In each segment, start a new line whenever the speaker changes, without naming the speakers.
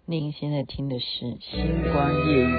您现在听的是星光夜雨。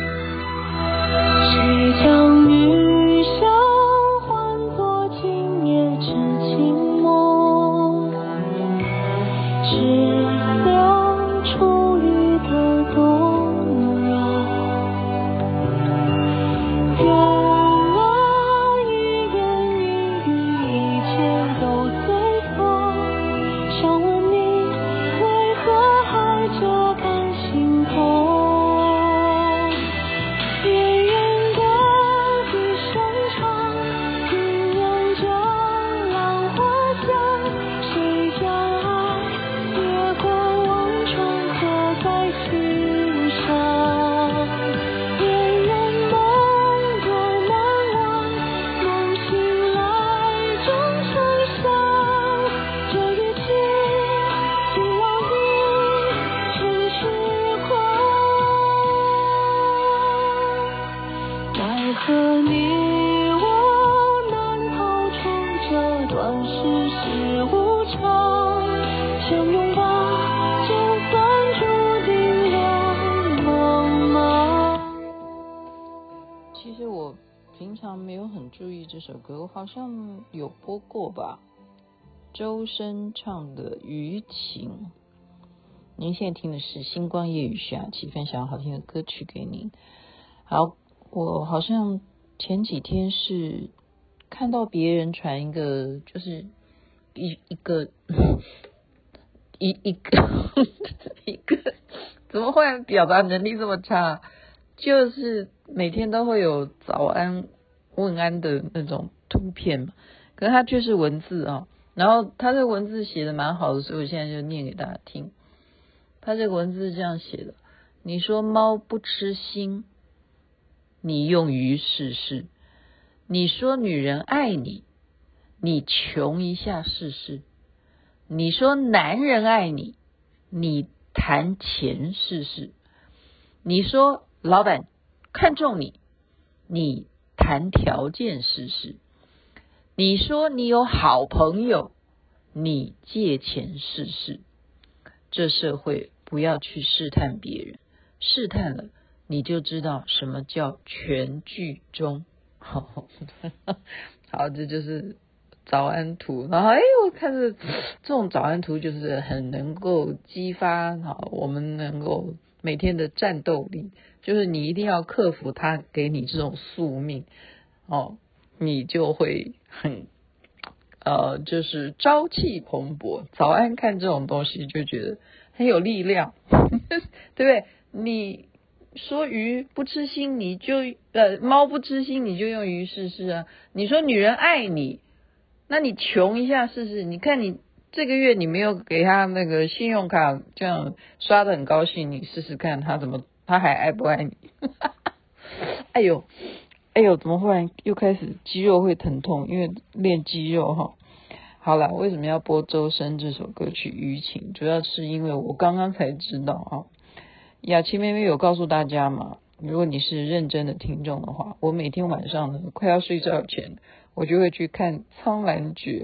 谁将余生换作今夜之静默，只留初雨的动容。愿我一言一语一切都随风，想问你为何还这般心痛。和你我难逃出这段世事无常，相拥抱就算注定了茫茫。
其实我平常没有很注意这首歌，我好像有播过吧，周深唱的《余情》。您现在听的是星光夜雨徐雅琪分享好听的歌曲给您。好，我好像前几天是看到别人传一个，就是一个怎么会表达能力这么差？就是每天都会有早安问安的那种图片嘛，可是它却是文字啊，然后它这个文字写的蛮好的，所以我现在就念给大家听。它这个文字是这样写的：你说猫不吃腥，你用于试试；你说女人爱你，你穷一下试试；你说男人爱你，你谈钱试试；你说老板看重你，你谈条件试试；你说你有好朋友，你借钱试试。这社会不要去试探别人，试探了你就知道什么叫全剧终。好，这就是早安图。然后我看着这种早安图就是很能够激发我们能够每天的战斗力，就是你一定要克服他给你这种宿命你就会很就是朝气蓬勃。早安看这种东西就觉得很有力量对不对？你说鱼不吃腥，你就猫不吃腥，你就用鱼试试啊。你说女人爱你，那你穷一下试试。你看你这个月你没有给他那个信用卡这样刷得很高兴，你试试看他还爱不爱你哎呦，怎么忽然又开始肌肉会疼痛？因为练肌肉哈。好了，为什么要播周深这首歌曲《余情》？主要是因为我刚刚才知道雅琪妹妹有告诉大家嘛，如果你是认真的听众的话，我每天晚上呢快要睡觉前，我就会去看《苍兰诀》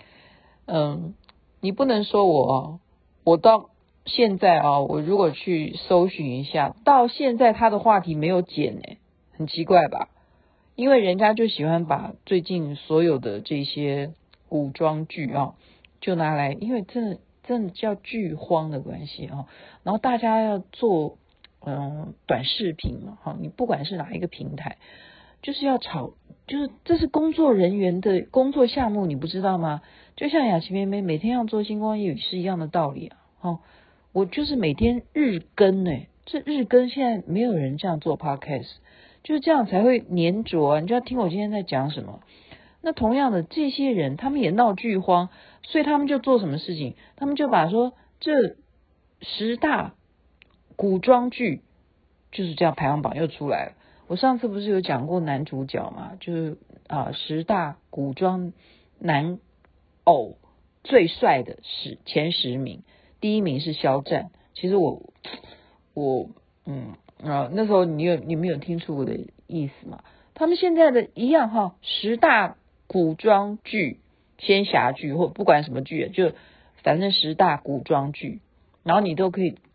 你不能说我到现在我如果去搜寻一下，到现在他的话题没有减很奇怪吧？因为人家就喜欢把最近所有的这些古装剧就拿来，因为真的叫剧荒的关系然后大家要做短视频嘛你不管是哪一个平台，就是要炒，就是这是工作人员的工作项目，你不知道吗？就像雅琪妹妹每天要做星光夜语是一样的道理我就是每天日更这日更现在没有人这样做 podcast， 就是这样才会粘着你就要听我今天在讲什么。那同样的这些人他们也闹剧荒，所以他们就做什么事情，他们就把说这10大古装剧就是这样排行榜又出来了。我上次不是有讲过男主角嘛，就是10大古装男偶最帅的前10名，第一名是肖战。其实那时候你没有听出我的意思嘛？他们现在的一样10大古装剧、仙侠剧或不管什么剧就反正10大古装剧，然后你都可以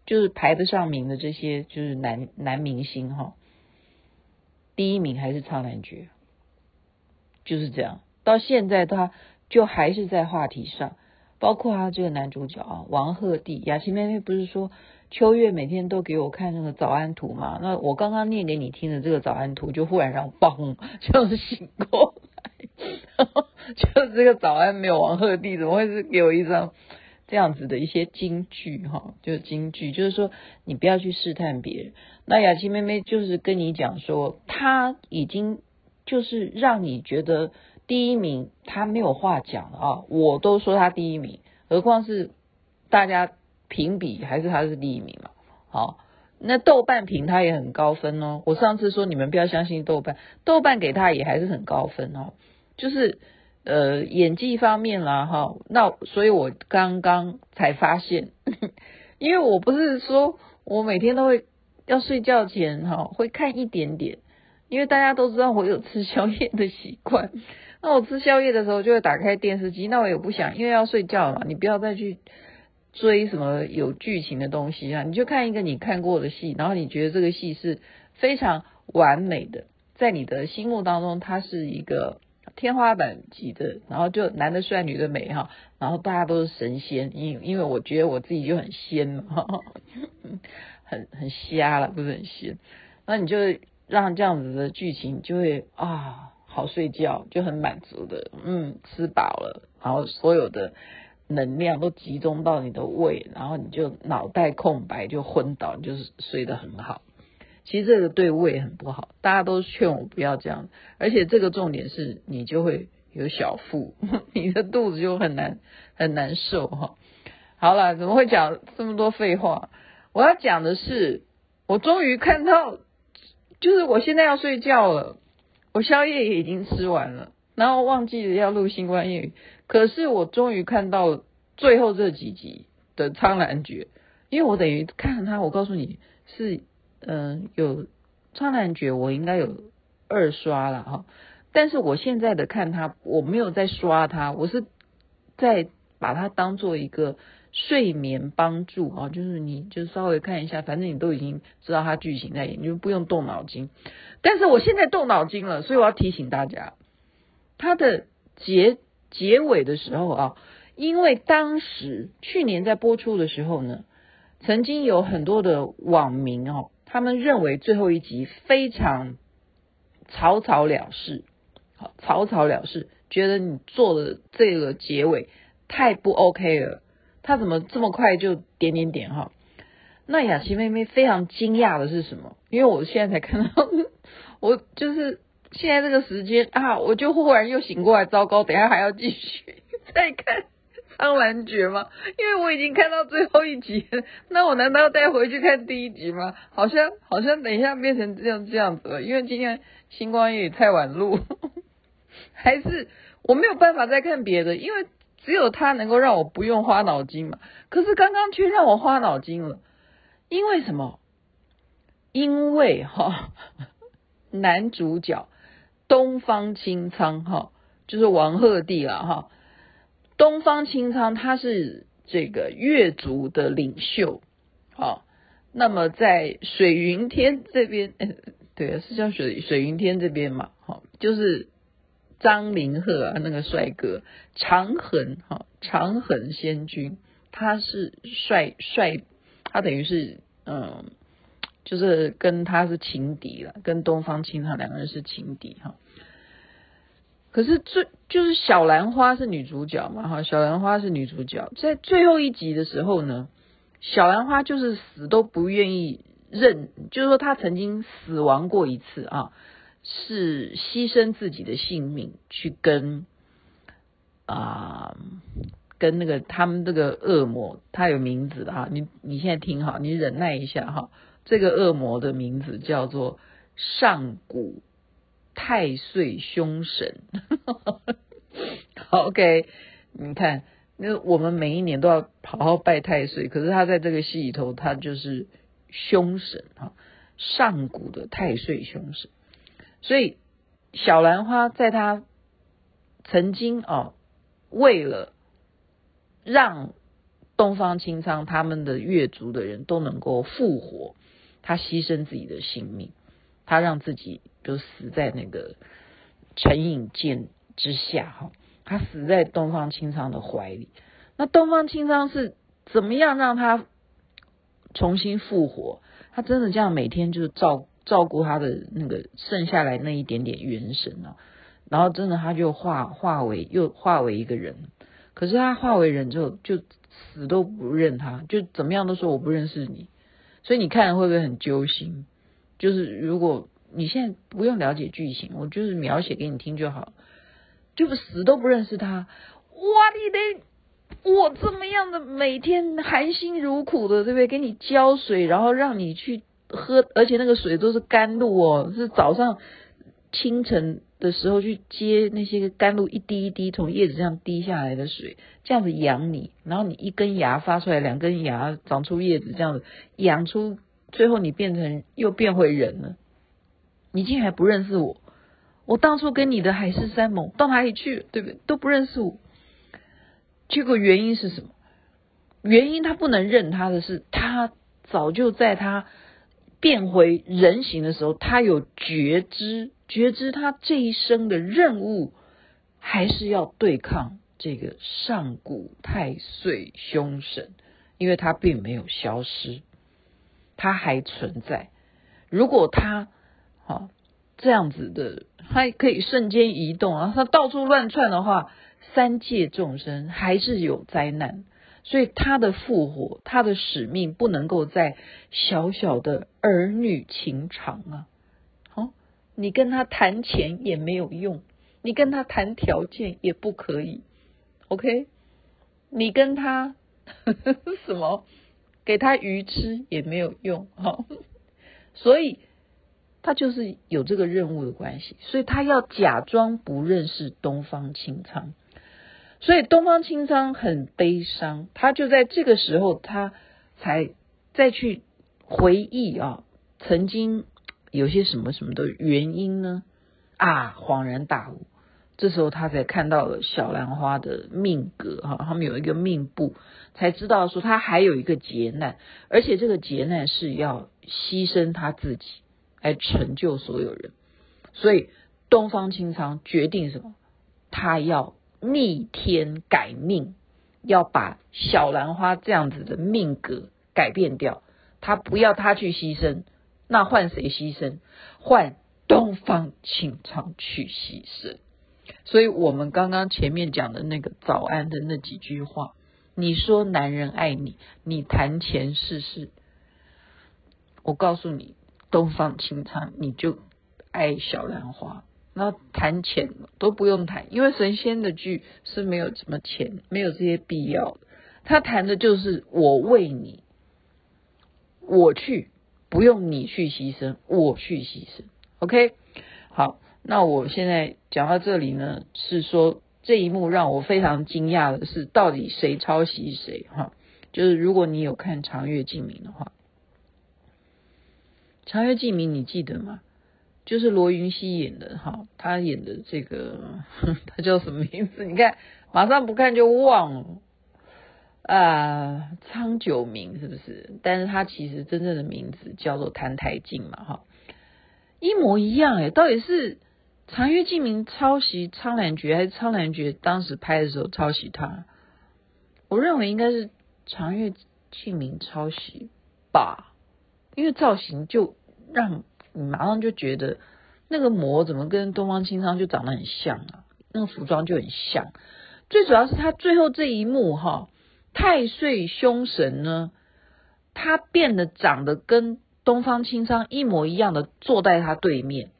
就是排得上名的这些就是男明星哈，第一名还是苍兰诀，就是这样。到现在他就还是在话题上，包括他这个男主角啊，王鹤棣。雅琪妹妹不是说秋月每天都给我看那个早安图嘛？那我刚刚念给你听的这个早安图，就忽然让嘣，就是醒过来，就是这个早安没有王鹤棣，怎么会是给我一张这样子的一些金句哈？就是金句，就是说你不要去试探别人。那雅琪妹妹就是跟你讲说，她已经就是让你觉得第一名他没有话讲了啊，我都说他第一名，何况是大家评比还是他是第一名嘛。好，那豆瓣评他也很高分哦。我上次说你们不要相信豆瓣，豆瓣给他也还是很高分哦。就是演技方面啦哈，那所以我刚刚才发现，因为我不是说我每天都会要睡觉前哈会看一点点，因为大家都知道我有吃宵夜的习惯。那我吃宵夜的时候就会打开电视机，那我也不想，因为要睡觉嘛，你不要再去追什么有剧情的东西啊，你就看一个你看过的戏，然后你觉得这个戏是非常完美的，在你的心目当中它是一个天花板级的，然后就男的帅女的美哈，然后大家都是神仙，因为我觉得我自己就很仙嘛，很瞎了，不是很仙，那你就让这样子的剧情就会好睡觉，就很满足的，吃饱了，然后所有的能量都集中到你的胃，然后你就脑袋空白，就昏倒，就是睡得很好。其实这个对胃很不好，大家都劝我不要这样，而且这个重点是你就会有小腹，你的肚子就很难受哈。好了，怎么会讲这么多废话？我要讲的是，我终于看到，就是我现在要睡觉了，我宵夜也已经吃完了，然后忘记了要录星光夜语，可是我终于看到最后这几集的苍兰诀，因为我等于看了它，我告诉你是有苍兰诀，我应该有2刷了哈，但是我现在的看它，我没有在刷它，我是在把它当做一个睡眠帮助啊，就是你就稍微看一下，反正你都已经知道它剧情在演，你就不用动脑筋。但是我现在动脑筋了，所以我要提醒大家，它的结尾的时候啊，因为当时去年在播出的时候呢，曾经有很多的网民他们认为最后一集非常草草了事，草草了事，觉得你做的这个结尾太不 OK 了，他怎么这么快就点点点哈？那雅琪妹妹非常惊讶的是什么？因为我现在才看到，我就是现在这个时间我就忽然又醒过来，糟糕，等一下还要继续再看苍兰诀吗？因为我已经看到最后一集了，那我难道要再回去看第一集吗？好像等一下变成这样子了，因为今天星光夜语太晚录，还是我没有办法再看别的，因为只有它能够让我不用花脑筋嘛。可是刚刚却让我花脑筋了，因为什么？因为男主角东方青苍就是王鹤棣啦东方青苍他是这个越族的领袖那么在水云天这边对，是叫水云天这边嘛就是张凌赫那个帅哥长恒仙君，他是帅，他等于是就是跟他是情敌了，跟东方青苍两个人是情敌可是就是小兰花是女主角嘛小兰花是女主角，在最后一集的时候呢，小兰花就是死都不愿意认，就是说她曾经死亡过一次是牺牲自己的性命去跟那个他们这个恶魔，他有名字的你现在听好，你忍耐一下这个恶魔的名字叫做上古太岁凶神OK， 你看那我们每一年都要好好拜太岁，可是他在这个戏里头他就是凶神上古的太岁凶神，所以小兰花在他曾经为了让东方青苍他们的月族的人都能够复活，他牺牲自己的性命，他让自己就死在那个陈颖剑之下哈，他死在东方青苍的怀里。那东方青苍是怎么样让他重新复活？他真的这样每天就照顾他的那个剩下来那一点点元神啊，然后真的他就化为一个人。可是他化为人之后就死都不认他，就怎么样都说我不认识你。所以你看会不会很揪心？就是如果你现在不用了解剧情，我就是描写给你听就好，就死都不认识他。哇，你得我这么样的每天含辛茹苦的，对不对？给你浇水，然后让你去喝，而且那个水都是甘露哦，是早上清晨的时候去接那些甘露一滴一滴从叶子上滴下来的水，这样子养你，然后你一根芽发出来，2根芽长出叶子，这样子养出，最后你又变回人了。你竟然还不认识我，我当初跟你的海誓山盟到哪里去了，对不对？都不认识我。结果原因是什么？原因他不能认他的是，他早就在他变回人形的时候，他有觉知他这一生的任务还是要对抗这个上古太岁凶神，因为他并没有消失，他还存在。如果他这样子的，他可以瞬间移动啊，他到处乱窜的话，三界众生还是有灾难。所以他的复活，他的使命不能够在小小的儿女情长啊。你跟他谈钱也没有用，你跟他谈条件也不可以 OK， 你跟他什么给他鱼吃也没有用所以他就是有这个任务的关系，所以他要假装不认识东方青苍。所以东方青苍很悲伤，他就在这个时候他才再去回忆曾经有些什么什么的原因呢恍然大悟。这时候他才看到了小兰花的命格他们有一个命簿，才知道说他还有一个劫难，而且这个劫难是要牺牲他自己来成就所有人。所以东方青苍决定什么？他要逆天改命，要把小兰花这样子的命格改变掉。他不要他去牺牲，那换谁牺牲？换东方青苍去牺牲。所以我们刚刚前面讲的那个早安的那几句话，你说男人爱你，你谈钱试试，我告诉你东方青苍你就爱小兰花，那谈钱都不用谈，因为神仙的剧是没有什么钱，没有这些必要的。他谈的就是我为你，我去，不用你去牺牲，我去牺牲。 OK， 好，那我现在讲到这里呢，是说这一幕让我非常惊讶的是，到底谁抄袭谁就是如果你有看长月烬明的话，长月烬明你记得吗？就是罗云熙演的他演的这个他叫什么名字？你看马上不看就忘了苍九明是不是？但是他其实真正的名字叫做谭台烬嘛一模一样到底是长月烬明抄袭苍兰诀，还是苍兰诀当时拍的时候抄袭他？我认为应该是长月烬明抄袭吧，因为造型就让你马上就觉得那个魔怎么跟东方青苍就长得很像那个服装就很像。最主要是他最后这一幕太岁凶神呢，他变得长得跟东方青苍一模一样的坐在他对面，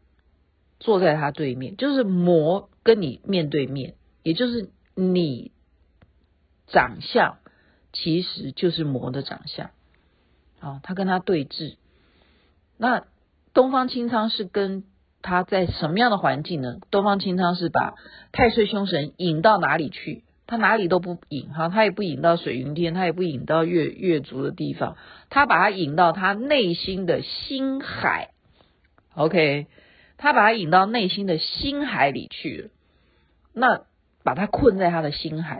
就是魔跟你面对面，也就是你长相其实就是魔的长相他跟他对峙。那东方青苍是跟他在什么样的环境呢？东方青苍是把太岁凶神引到哪里去？他哪里都不引他也不引到水云天，他也不引到月族的地方，他把他引到他内心的心海。 OK， 他把他引到内心的心海里去了，那把他困在他的心海。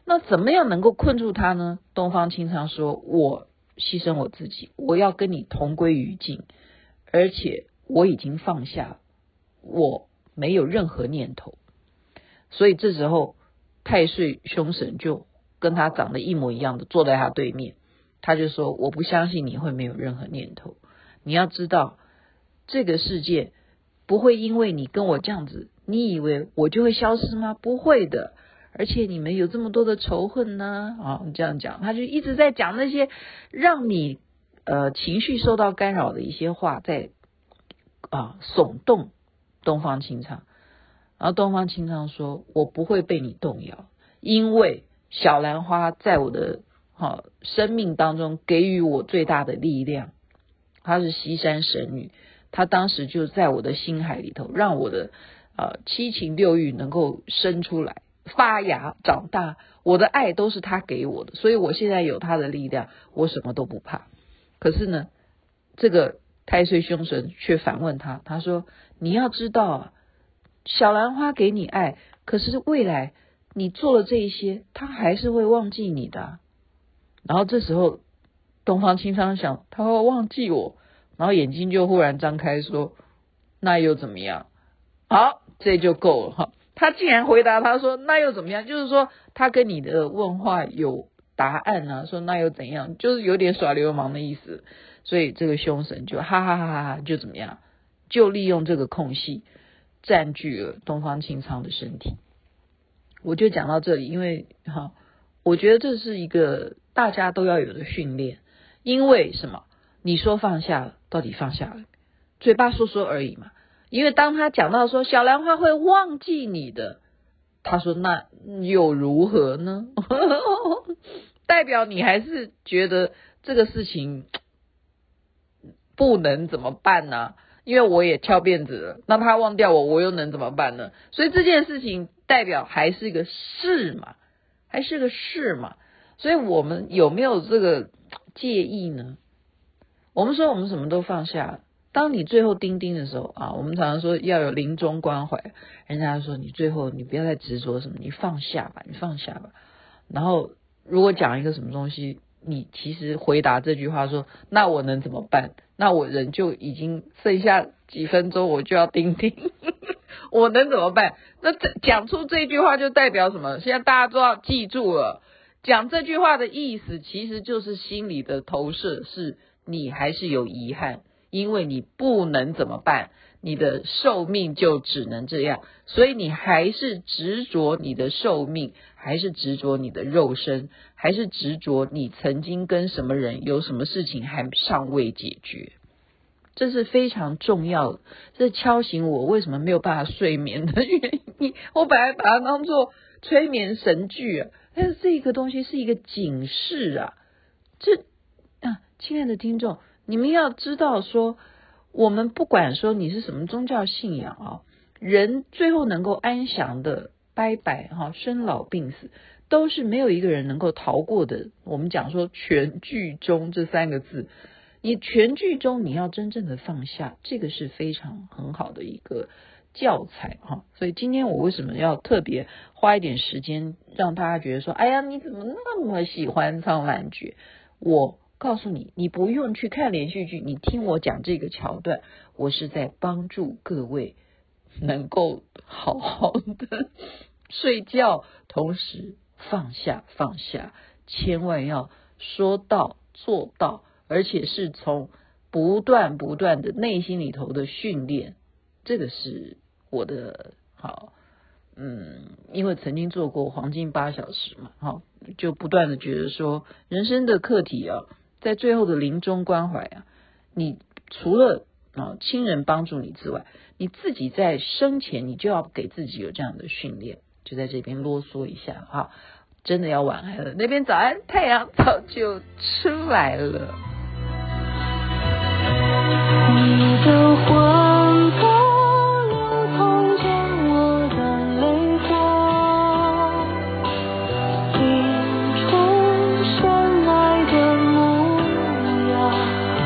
那怎么样能够困住他呢？东方青苍说，我牺牲我自己，我要跟你同归于尽，而且我已经放下，我没有任何念头。所以这时候太岁凶神就跟他长得一模一样的坐在他对面，他就说，我不相信你会没有任何念头，你要知道这个世界不会因为你跟我这样子，你以为我就会消失吗？不会的，而且你们有这么多的仇恨呢，这样讲，他就一直在讲那些让你情绪受到干扰的一些话，在耸动东方青苍。然后东方青苍说，我不会被你动摇，因为小兰花在我的生命当中给予我最大的力量，她是西山神女，她当时就在我的心海里头，让我的七情六欲能够生出来发芽长大，我的爱都是她给我的，所以我现在有她的力量，我什么都不怕。可是呢，这个太岁凶神却反问他，他说，你要知道啊，小兰花给你爱，可是未来你做了这一些，他还是会忘记你的然后这时候东方青苍想，他会忘记我，然后眼睛就忽然张开说，那又怎么样？好，这就够了他竟然回答他说，那又怎么样？就是说他跟你的问话有答案说那又怎样？就是有点耍流氓的意思。所以这个凶神就哈哈哈哈，就怎么样？就利用这个空隙占据了东方青苍的身体。我就讲到这里，因为我觉得这是一个大家都要有的训练。因为什么？你说放下了，到底放下了？嘴巴说说而已嘛。因为当他讲到说小兰花会忘记你的，他说那又如何呢？代表你还是觉得这个事情不能怎么办呢？因为我也翘辫子了，那他忘掉我，我又能怎么办呢？所以这件事情代表还是一个事嘛，还是个事嘛。所以我们有没有这个介意呢？我们说我们什么都放下了，当你最后钉钉的时候我们常常说要有临终关怀，人家说你最后你不要再执着什么，你放下吧，你放下吧。然后如果讲一个什么东西，你其实回答这句话说，那我能怎么办？那我人就已经剩下几分钟，我就要钉钉我能怎么办？那讲出这句话就代表什么？现在大家都要记住了，讲这句话的意思其实就是心里的投射，是你还是有遗憾，因为你不能怎么办，你的寿命就只能这样，所以你还是执着你的寿命，还是执着你的肉身，还是执着你曾经跟什么人有什么事情还尚未解决。这是非常重要的，这敲醒我为什么没有办法睡眠的原因。我本来把它当作催眠神剧但是这个东西是一个警示亲爱的听众，你们要知道说，我们不管说你是什么宗教信仰人最后能够安详的拜拜生老病死，都是没有一个人能够逃过的。我们讲说全剧终这三个字，你全剧终你要真正的放下，这个是非常很好的一个教材所以今天我为什么要特别花一点时间让大家觉得说，哎呀你怎么那么喜欢苍兰诀？我告诉你，你不用去看连续剧，你听我讲这个桥段，我是在帮助各位能够好好的睡觉，同时放下，千万要说到做到，而且是从不断的内心里头的训练。这个是我的因为曾经做过黄金8小时嘛就不断的觉得说，人生的课题在最后的临终关怀你除了亲人帮助你之外，你自己在生前你就要给自己有这样的训练。就在这边啰嗦一下真的要晚安了，那边早安，太阳早就出来了。
你的黄河流淌着我的泪光，映出深爱的模样，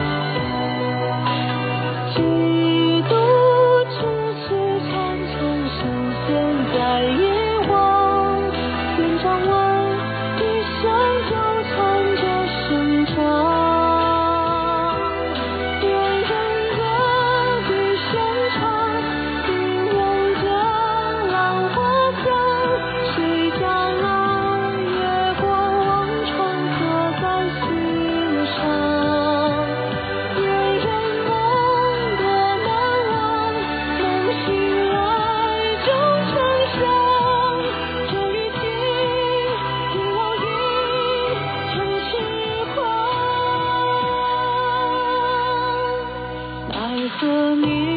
几度咫尺长城深陷在遗忘，愿张望和你